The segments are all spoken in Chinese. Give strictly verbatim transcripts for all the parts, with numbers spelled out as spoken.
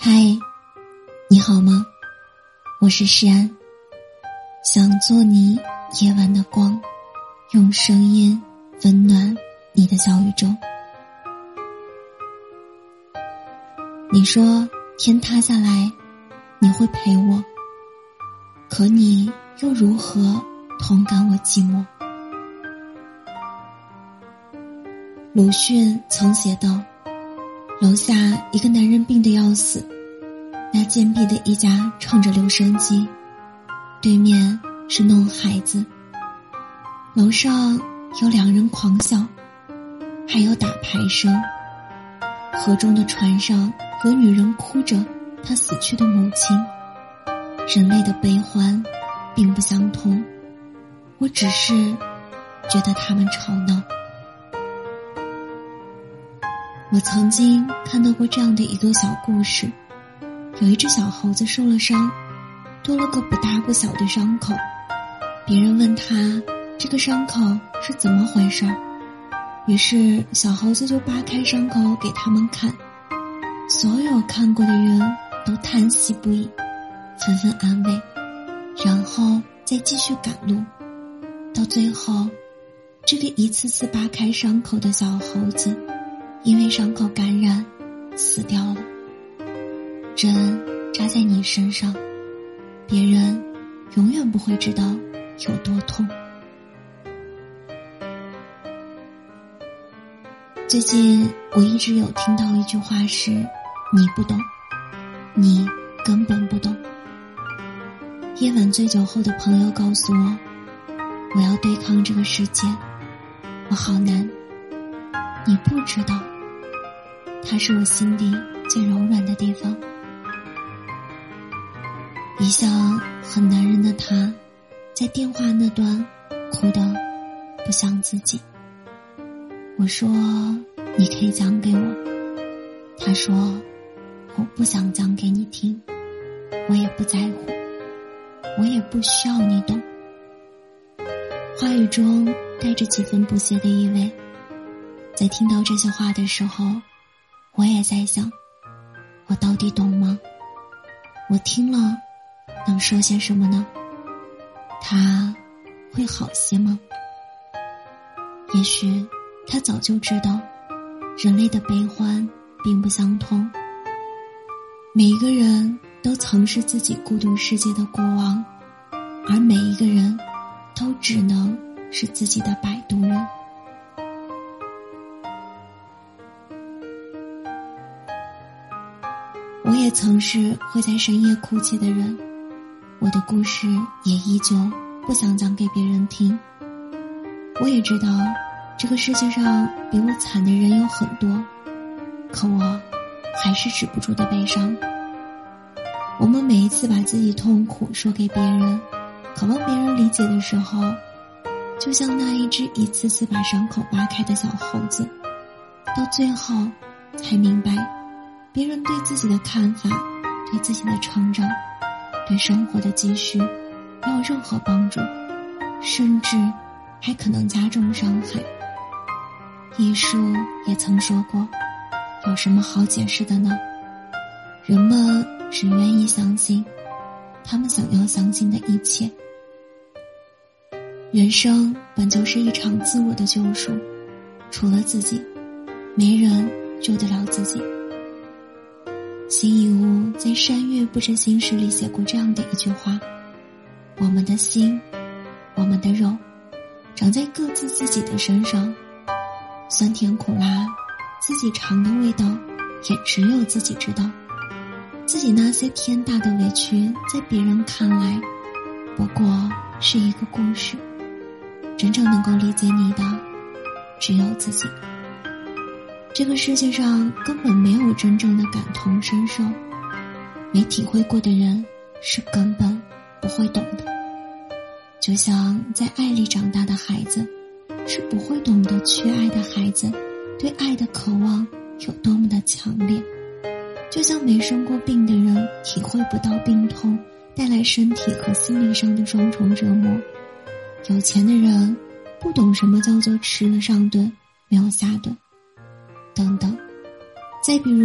嗨，你好吗？我是诗安，想做你夜晚的光，用声音温暖你的小宇宙。你说天塌下来你会陪我，可你又如何同感我寂寞？鲁迅曾写道，楼下一个男人病得要死，那贱婢的一家唱着留声机，对面是弄孩子，楼上有两人狂笑，还有打牌声。河中的船上有女人哭着她死去的母亲。人类的悲欢并不相通，我只是觉得他们吵闹。我曾经看到过这样的一个小故事，有一只小猴子受了伤，多了个不大不小的伤口。别人问他这个伤口是怎么回事，于是小猴子就扒开伤口给他们看。所有看过的人都叹息不已，纷纷安慰，然后再继续赶路。到最后，这个一次次扒开伤口的小猴子因为伤口感染死掉了。针扎在你身上，别人永远不会知道有多痛。最近我一直有听到一句话是，你不懂，你根本不懂。夜晚醉酒后的朋友告诉我，我要对抗这个世界，我好难。你不知道，它是我心底最柔软的地方。一向很男人的他，在电话那端哭得不像自己。我说你可以讲给我，他说我不想讲给你听，我也不在乎，我也不需要你懂。话语中带着几分不屑的意味。在听到这些话的时候，我也在想，我到底懂吗？我听了能说些什么呢？他会好些吗？也许他早就知道，人类的悲欢并不相通。每一个人都曾是自己孤独世界的国王，而每一个人都只能是自己的摆渡人。我也曾是会在深夜哭泣的人，我的故事也依旧不想讲给别人听。我也知道这个世界上比我惨的人有很多，可我还是止不住的悲伤。我们每一次把自己痛苦说给别人，渴望别人理解的时候，就像那一只一次次把伤口扒开的小猴子，到最后才明白，别人对自己的看法，对自己的成长，对生活的积蓄没有任何帮助，甚至还可能加重伤害。艺术也曾说过，有什么好解释的呢？人们只愿意相信他们想要相信的一切。人生本就是一场自我的救赎，除了自己，没人救得了自己。辛夷坞在《山月不知心事》里写过这样的一句话，我们的心，我们的肉，长在各自自己的身上，酸甜苦辣，自己尝的味道也只有自己知道。自己那些天大的委屈，在别人看来不过是一个故事，真正能够理解你的只有自己。这个世界上根本没有真正的感同身受，没体会过的人是根本不会懂的。就像在爱里长大的孩子，是不会懂得缺爱的孩子对爱的渴望有多么的强烈。就像没生过病的人体会不到病痛带来身体和心理上的双重折磨，有钱的人不懂什么叫做吃了上顿没有下顿，等等。再比如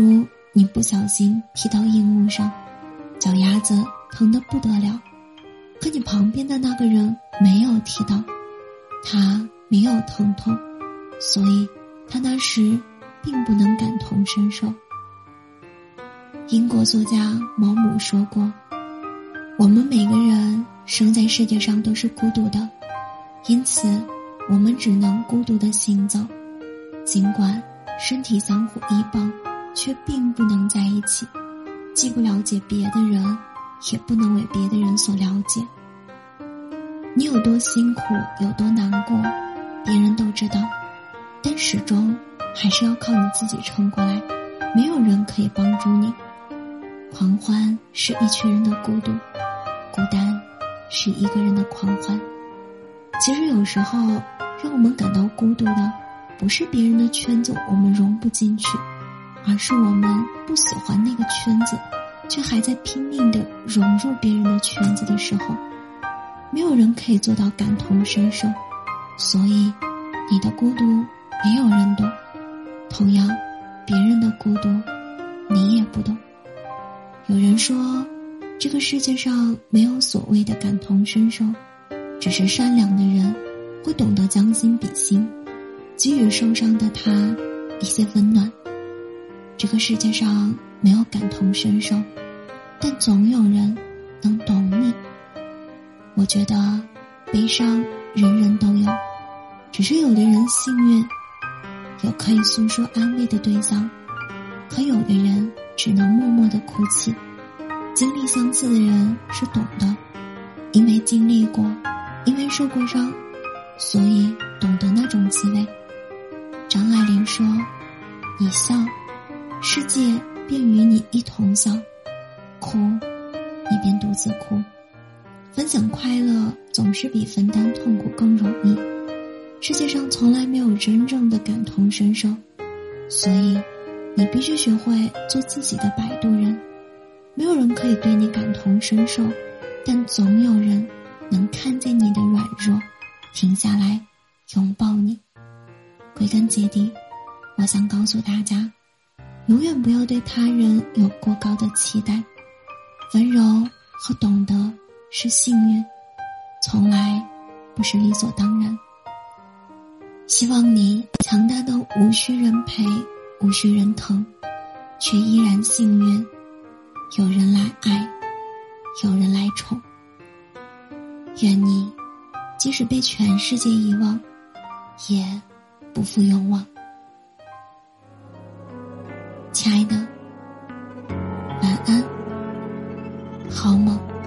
你不小心踢到硬物上，脚丫子疼得不得了，可你旁边的那个人没有踢到，他没有疼痛，所以他那时并不能感同身受。英国作家毛姆说过，我们每个人生在世界上都是孤独的，因此我们只能孤独地行走，尽管身体相互依傍，却并不能在一起，既不了解别的人，也不能为别的人所了解。你有多辛苦，有多难过，别人都知道，但始终还是要靠你自己撑过来，没有人可以帮助你。狂欢是一群人的孤独，孤单是一个人的狂欢。其实有时候让我们感到孤独的，不是别人的圈子我们融不进去，而是我们不喜欢那个圈子，却还在拼命地融入别人的圈子的时候。没有人可以做到感同身受，所以你的孤独没有人懂，同样别人的孤独你也不懂。有人说，这个世界上没有所谓的感同身受，只是善良的人会懂得将心比心，给予受伤的他一些温暖。这个世界上没有感同身受，但总有人能懂你。我觉得悲伤人人都有，只是有的人幸运有可以诉说安慰的对象，可有的人只能默默地哭泣。经历相似的人是懂的，因为经历过，因为受过伤，所以懂得那种滋味。张爱玲说，你笑，世界便与你一同笑，哭，你便独自哭。分享快乐总是比分担痛苦更容易。世界上从来没有真正的感同身受，所以你必须学会做自己的摆渡人。没有人可以对你感同身受，但总有人能看见你的软弱，停下来拥抱你。归根结底，我想告诉大家，永远不要对他人有过高的期待。温柔和懂得是幸运，从来不是理所当然。希望你强大的无需人陪，无需人疼，却依然幸运，有人来爱，有人来宠。愿你即使被全世界遗忘，也不负勇往。亲爱的，晚安，好梦。